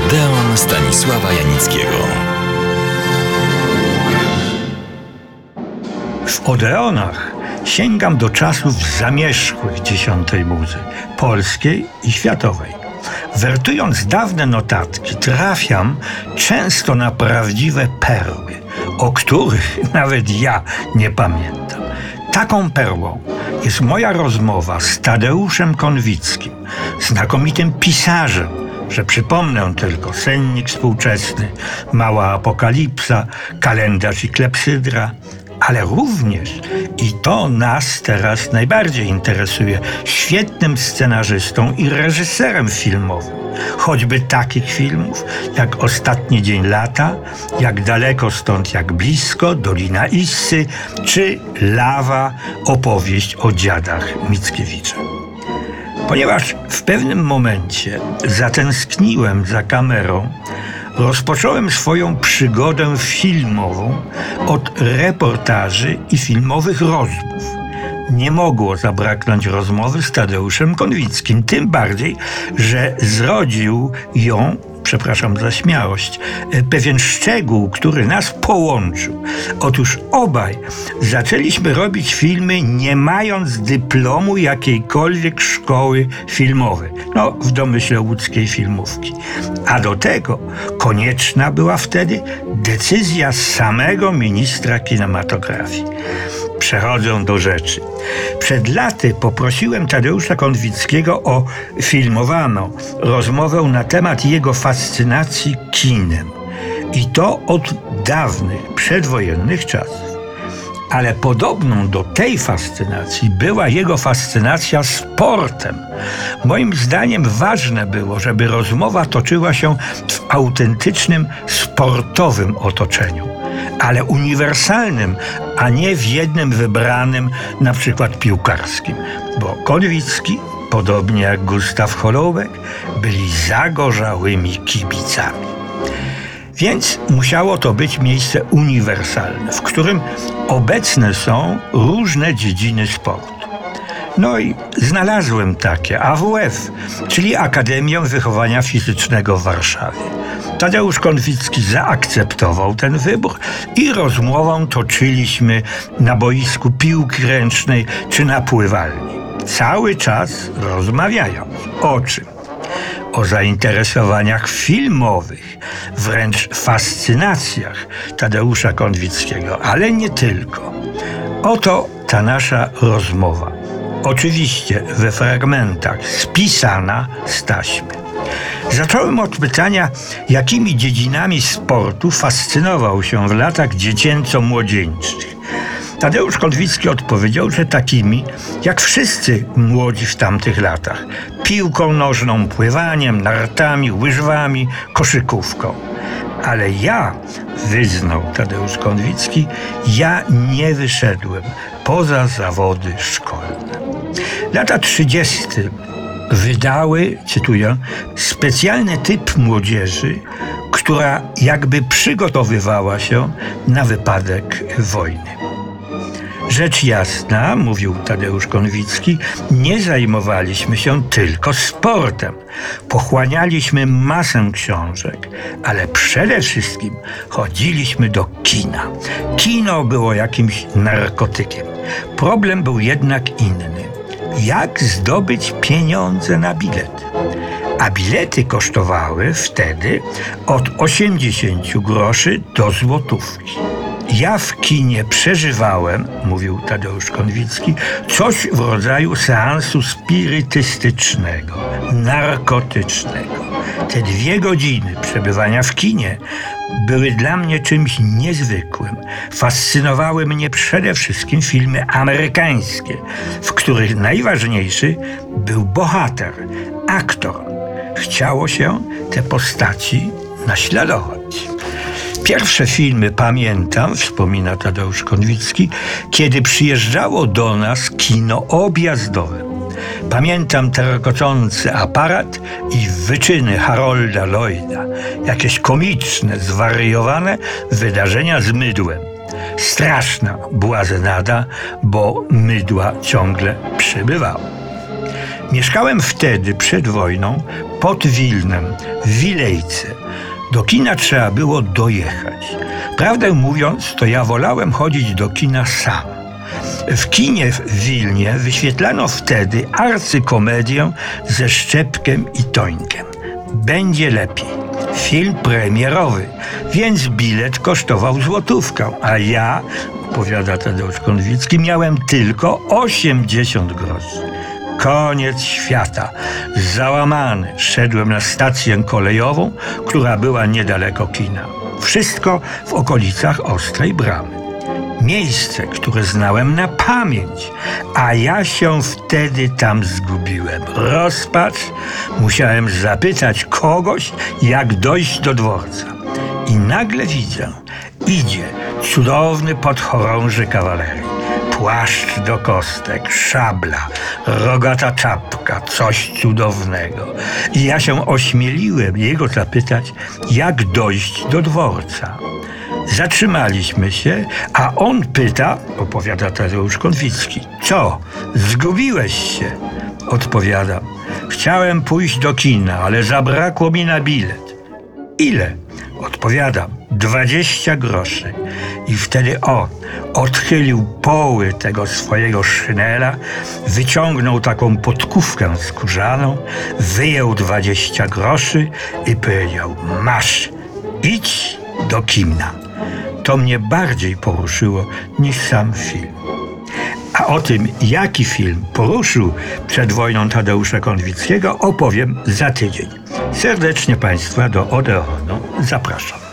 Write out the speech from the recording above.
Odeon Stanisława Janickiego. W Odeonach sięgam do czasów zamierzchłych dziesiątej muzy, polskiej i światowej. Wertując dawne notatki, trafiam często na prawdziwe perły, o których nawet ja nie pamiętam. Taką perłą jest moja rozmowa z Tadeuszem Konwickim, znakomitym pisarzem, że przypomnę tylko Sennik współczesny, Mała apokalipsa, Kalendarz i klepsydra, ale również, i to nas teraz najbardziej interesuje, świetnym scenarzystą i reżyserem filmowym. Choćby takich filmów jak Ostatni dzień lata, Jak daleko stąd, jak blisko, Dolina Issy czy Lawa, opowieść o dziadach Mickiewicza. Ponieważ w pewnym momencie zatęskniłem za kamerą, rozpocząłem swoją przygodę filmową od reportaży i filmowych rozmów. Nie mogło zabraknąć rozmowy z Tadeuszem Konwickim, tym bardziej, że zrodził ją, przepraszam za śmiałość, pewien szczegół, który nas połączył. Otóż obaj zaczęliśmy robić filmy, nie mając dyplomu jakiejkolwiek szkoły filmowej. W domyśle łódzkiej filmówki. A do tego konieczna była wtedy decyzja samego ministra kinematografii. Przechodzę do rzeczy. Przed laty poprosiłem Tadeusza Konwickiego o filmowaną rozmowę na temat jego fascynacji kinem. I to od dawnych, przedwojennych czasów. Ale podobną do tej fascynacji była jego fascynacja sportem. Moim zdaniem ważne było, żeby rozmowa toczyła się w autentycznym, sportowym otoczeniu, ale uniwersalnym, a nie w jednym wybranym, na przykład piłkarskim. Bo Konwicki, podobnie jak Gustaw Holoubek, byli zagorzałymi kibicami. Więc musiało to być miejsce uniwersalne, w którym obecne są różne dziedziny sportu. I znalazłem takie AWF, czyli Akademię Wychowania Fizycznego w Warszawie. Tadeusz Konwicki zaakceptował ten wybór i rozmowę toczyliśmy na boisku piłki ręcznej czy na pływalni. Cały czas rozmawiając. O czym? O zainteresowaniach filmowych, wręcz fascynacjach Tadeusza Konwickiego, ale nie tylko. Oto ta nasza rozmowa. Oczywiście we fragmentach, spisana z taśmy. Zacząłem od pytania, jakimi dziedzinami sportu fascynował się w latach dziecięco-młodzieńczych. Tadeusz Konwicki odpowiedział, że takimi, jak wszyscy młodzi w tamtych latach. Piłką nożną, pływaniem, nartami, łyżwami, koszykówką. Ale ja, wyznał Tadeusz Konwicki, ja nie wyszedłem poza zawody szkolne. Lata 30. wydały, cytuję, specjalny typ młodzieży, która jakby przygotowywała się na wypadek wojny. Rzecz jasna, mówił Tadeusz Konwicki, nie zajmowaliśmy się tylko sportem. Pochłanialiśmy masę książek, ale przede wszystkim chodziliśmy do kina. Kino było jakimś narkotykiem. Problem był jednak inny. Jak zdobyć pieniądze na bilet? A bilety kosztowały wtedy od 80 groszy do złotówki. Ja w kinie przeżywałem, mówił Tadeusz Konwicki, coś w rodzaju seansu spirytystycznego, narkotycznego. Te 2 godziny przebywania w kinie były dla mnie czymś niezwykłym. Fascynowały mnie przede wszystkim filmy amerykańskie, w których najważniejszy był bohater, aktor. Chciało się te postaci naśladować. Pierwsze filmy pamiętam, wspomina Tadeusz Konwicki, kiedy przyjeżdżało do nas kino objazdowe. Pamiętam terkocący aparat i wyczyny Harolda Lloyda, jakieś komiczne, zwariowane wydarzenia z mydłem. Straszna była żenada, bo mydła ciągle przybywało. Mieszkałem wtedy, przed wojną, pod Wilnem, w Wilejce. Do kina trzeba było dojechać. Prawdę mówiąc, to ja wolałem chodzić do kina sam. W kinie w Wilnie wyświetlano wtedy arcykomedię ze Szczepkiem i Tońkiem. Będzie lepiej. Film premierowy, więc bilet kosztował złotówkę, a ja, opowiada Tadeusz Konwicki, miałem tylko 80 groszy. Koniec świata. Załamany szedłem na stację kolejową, która była niedaleko kina. Wszystko w okolicach Ostrej Bramy. Miejsce, które znałem na pamięć, a ja się wtedy tam zgubiłem. Rozpacz, musiałem zapytać kogoś, jak dojść do dworca. I nagle widzę, idzie cudowny podchorąży kawalerii. Płaszcz do kostek, szabla, rogata czapka, coś cudownego. I ja się ośmieliłem jego zapytać, jak dojść do dworca. Zatrzymaliśmy się, a on pyta, opowiada Tadeusz Konwicki, co, zgubiłeś się? Odpowiadam, chciałem pójść do kina, ale zabrakło mi na bilet. Ile? Odpowiadam, 20 groszy. I wtedy on odchylił poły tego swojego szynela, wyciągnął taką podkówkę skórzaną, wyjął 20 groszy i powiedział, masz, idź do kina. To mnie bardziej poruszyło niż sam film. A o tym, jaki film poruszył przed wojną Tadeusza Konwickiego, opowiem za tydzień. Serdecznie Państwa do Odeonu zapraszam.